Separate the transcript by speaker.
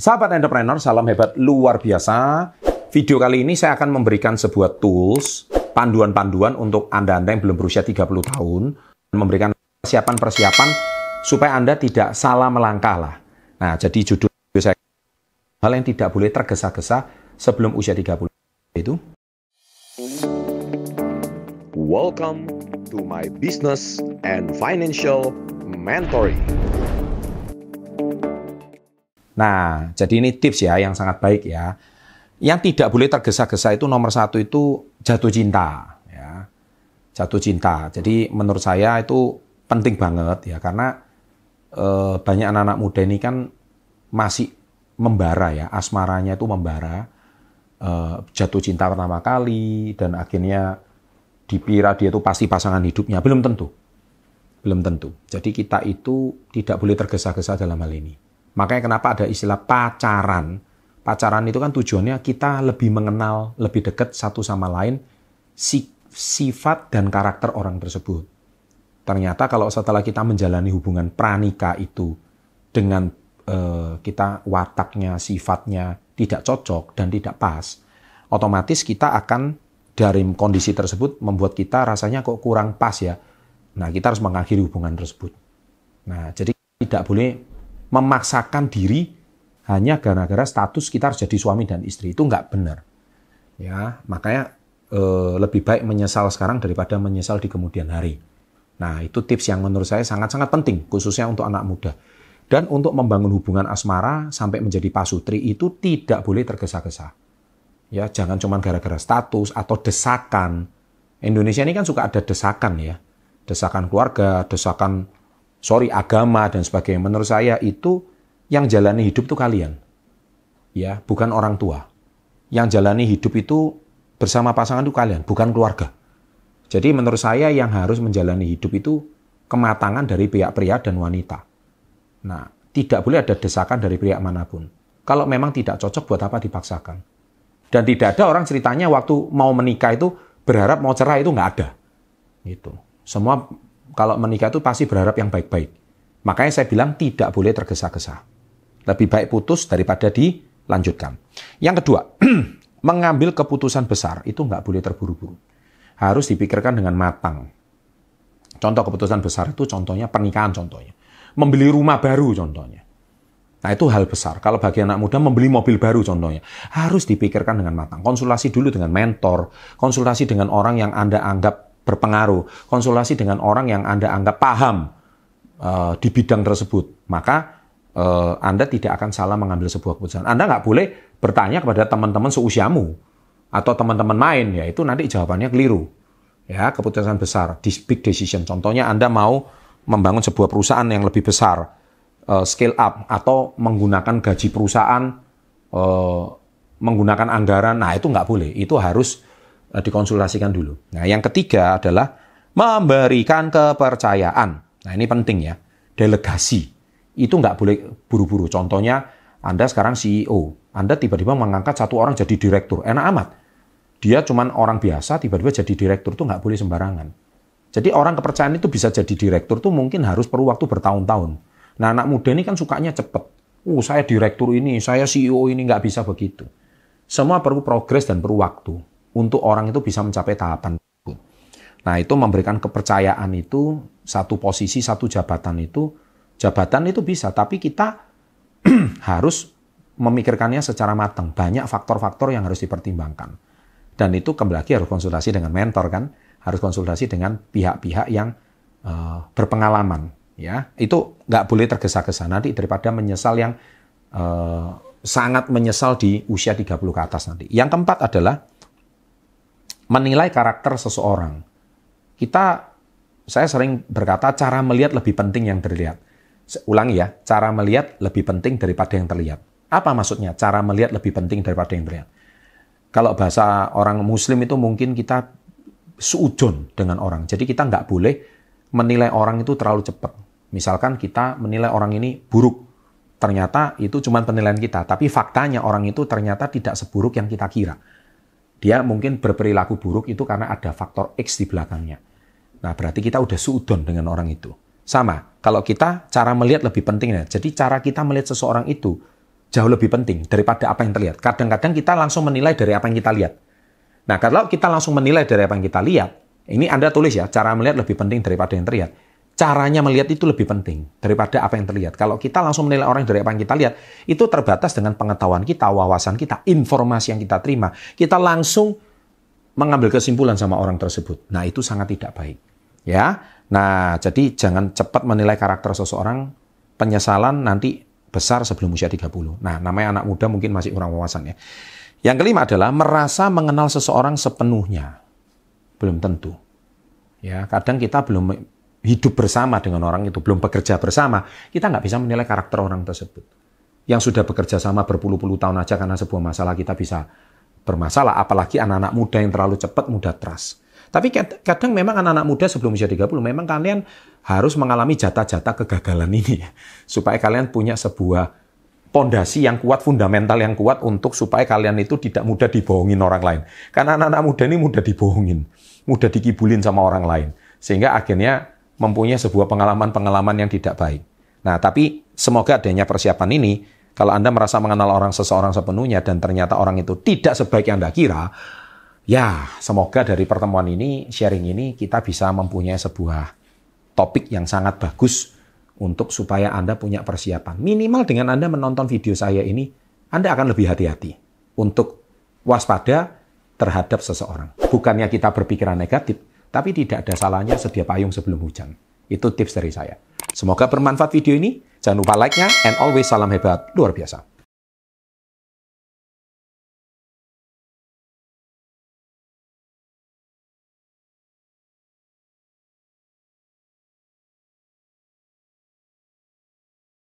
Speaker 1: Sahabat entrepreneur, salam hebat luar biasa. Video kali ini saya akan memberikan sebuah tools, panduan-panduan untuk Anda-Anda yang belum berusia 30 tahun, memberikan persiapan-persiapan supaya Anda tidak salah melangkah lah. Nah, jadi judul saya, hal yang tidak boleh tergesa-gesa sebelum usia 30 itu.
Speaker 2: Welcome to my business and financial mentoring.
Speaker 1: Nah, jadi ini tips ya yang sangat baik ya. Yang tidak boleh tergesa-gesa itu nomor satu itu jatuh cinta. Ya. Jatuh cinta. Jadi menurut saya itu penting banget ya. Karena banyak anak-anak muda ini kan masih membara ya. Asmaranya itu membara. Jatuh cinta pertama kali. Dan akhirnya dikira dia itu pasti pasangan hidupnya. Belum tentu. Belum tentu. Jadi kita itu tidak boleh tergesa-gesa dalam hal ini. Makanya kenapa ada istilah pacaran. Pacaran itu kan tujuannya kita lebih mengenal, lebih dekat satu sama lain sifat dan karakter orang tersebut. Ternyata kalau setelah kita menjalani hubungan pranikah itu dengan kita wataknya, sifatnya tidak cocok dan tidak pas, otomatis kita akan dari kondisi tersebut membuat kita rasanya kok kurang pas ya. Nah, kita harus mengakhiri hubungan tersebut. Nah, jadi tidak boleh memaksakan diri hanya gara-gara status kita harus jadi suami dan istri. Itu nggak benar. Ya, makanya lebih baik menyesal sekarang daripada menyesal di kemudian hari. Nah, itu tips yang menurut saya sangat-sangat penting, khususnya untuk anak muda. Dan untuk membangun hubungan asmara sampai menjadi pasutri itu tidak boleh tergesa-gesa. Ya, jangan cuma gara-gara status atau desakan. Indonesia ini kan suka ada desakan ya. Desakan keluarga, desakan agama dan sebagainya. Menurut saya itu yang jalani hidup itu kalian. Ya, bukan orang tua. Yang jalani hidup itu bersama pasangan itu kalian, bukan keluarga. Jadi menurut saya yang harus menjalani hidup itu kematangan dari pihak pria dan wanita. Nah, tidak boleh ada desakan dari pihak manapun. Kalau memang tidak cocok, buat apa dipaksakan? Dan tidak ada orang ceritanya waktu mau menikah itu berharap mau cerai, itu nggak ada. Gitu. Semua kalau menikah itu pasti berharap yang baik-baik. Makanya saya bilang tidak boleh tergesa-gesa. Lebih baik putus daripada dilanjutkan. Yang kedua, mengambil keputusan besar itu nggak boleh terburu-buru. Harus dipikirkan dengan matang. Contoh keputusan besar itu contohnya pernikahan contohnya. Membeli rumah baru contohnya. Nah itu hal besar. Kalau bagi anak muda membeli mobil baru contohnya. Harus dipikirkan dengan matang. Konsultasi dulu dengan mentor. Konsultasi dengan orang yang Anda anggap berpengaruh, konsultasi dengan orang yang Anda anggap paham di bidang tersebut, maka Anda tidak akan salah mengambil sebuah keputusan. Anda nggak boleh bertanya kepada teman-teman seusiamu atau teman-teman main, ya itu nanti jawabannya keliru. Ya, keputusan besar, big decision. Contohnya Anda mau membangun sebuah perusahaan yang lebih besar, scale up, atau menggunakan gaji perusahaan, menggunakan anggaran, nah itu nggak boleh. Itu harus dikonsultasikan dulu. Nah, yang ketiga adalah memberikan kepercayaan. Nah, ini penting ya. Delegasi. Itu nggak boleh buru-buru. Contohnya, Anda sekarang CEO. Anda tiba-tiba mengangkat satu orang jadi direktur. Enak amat. Dia cuman orang biasa, tiba-tiba jadi direktur. Itu nggak boleh sembarangan. Jadi orang kepercayaan itu bisa jadi direktur itu mungkin harus perlu waktu bertahun-tahun. Nah, anak muda ini kan sukanya cepet. Saya direktur ini, saya CEO ini, nggak bisa begitu. Semua perlu progres dan perlu waktu untuk orang itu bisa mencapai tahapan itu. Nah, itu memberikan kepercayaan itu, satu posisi, satu jabatan itu bisa, tapi kita harus memikirkannya secara matang. Banyak faktor-faktor yang harus dipertimbangkan. Dan itu kembali lagi harus konsultasi dengan mentor kan, harus konsultasi dengan pihak-pihak yang berpengalaman. Ya, itu nggak boleh tergesa-gesa nanti daripada menyesal yang sangat menyesal di usia 30 ke atas nanti. Yang keempat adalah menilai karakter seseorang. Saya sering berkata cara melihat lebih penting yang terlihat. Ulangi ya, cara melihat lebih penting daripada yang terlihat. Apa maksudnya? Cara melihat lebih penting daripada yang terlihat. Kalau bahasa orang Muslim itu mungkin kita suudzon dengan orang. Jadi kita nggak boleh menilai orang itu terlalu cepat. Misalkan kita menilai orang ini buruk. Ternyata itu cuma penilaian kita. Tapi faktanya orang itu ternyata tidak seburuk yang kita kira. Dia mungkin berperilaku buruk itu karena ada faktor X di belakangnya. Nah, berarti kita udah suudon dengan orang itu. Sama, kalau kita cara melihat lebih penting ya. Jadi cara kita melihat seseorang itu jauh lebih penting daripada apa yang terlihat. Kadang-kadang kita langsung menilai dari apa yang kita lihat. Nah, kalau kita langsung menilai dari apa yang kita lihat, ini Anda tulis ya, cara melihat lebih penting daripada yang terlihat. Caranya melihat itu lebih penting daripada apa yang terlihat. Kalau kita langsung menilai orang dari apa yang kita lihat, itu terbatas dengan pengetahuan kita, wawasan kita, informasi yang kita terima. Kita langsung mengambil kesimpulan sama orang tersebut. Nah, itu sangat tidak baik. Ya. Nah, jadi jangan cepat menilai karakter seseorang, penyesalan nanti besar sebelum usia 30. Nah, namanya anak muda mungkin masih kurang wawasan ya. Yang kelima adalah merasa mengenal seseorang sepenuhnya. Belum tentu. Ya, kadang kita belum hidup bersama dengan orang itu, belum bekerja bersama, kita nggak bisa menilai karakter orang tersebut. Yang sudah bekerja sama berpuluh-puluh tahun aja karena sebuah masalah kita bisa bermasalah, apalagi anak-anak muda yang terlalu cepat mudah trust. Tapi kadang memang anak-anak muda sebelum usia 30, memang kalian harus mengalami jatah-jatah kegagalan ini. Supaya kalian punya sebuah pondasi yang kuat, fundamental yang kuat untuk supaya kalian itu tidak mudah dibohongin orang lain. Karena anak-anak muda ini mudah dibohongin, mudah dikibulin sama orang lain. Sehingga akhirnya mempunyai sebuah pengalaman-pengalaman yang tidak baik. Nah, tapi semoga adanya persiapan ini, kalau Anda merasa mengenal seseorang sepenuhnya dan ternyata orang itu tidak sebaik yang Anda kira, ya, semoga dari pertemuan ini, sharing ini, kita bisa mempunyai sebuah topik yang sangat bagus untuk supaya Anda punya persiapan. Minimal dengan Anda menonton video saya ini, Anda akan lebih hati-hati untuk waspada terhadap seseorang. Bukannya kita berpikiran negatif, tapi tidak ada salahnya sedia payung sebelum hujan. Itu tips dari saya. Semoga bermanfaat video ini. Jangan lupa like-nya, and always salam hebat luar biasa.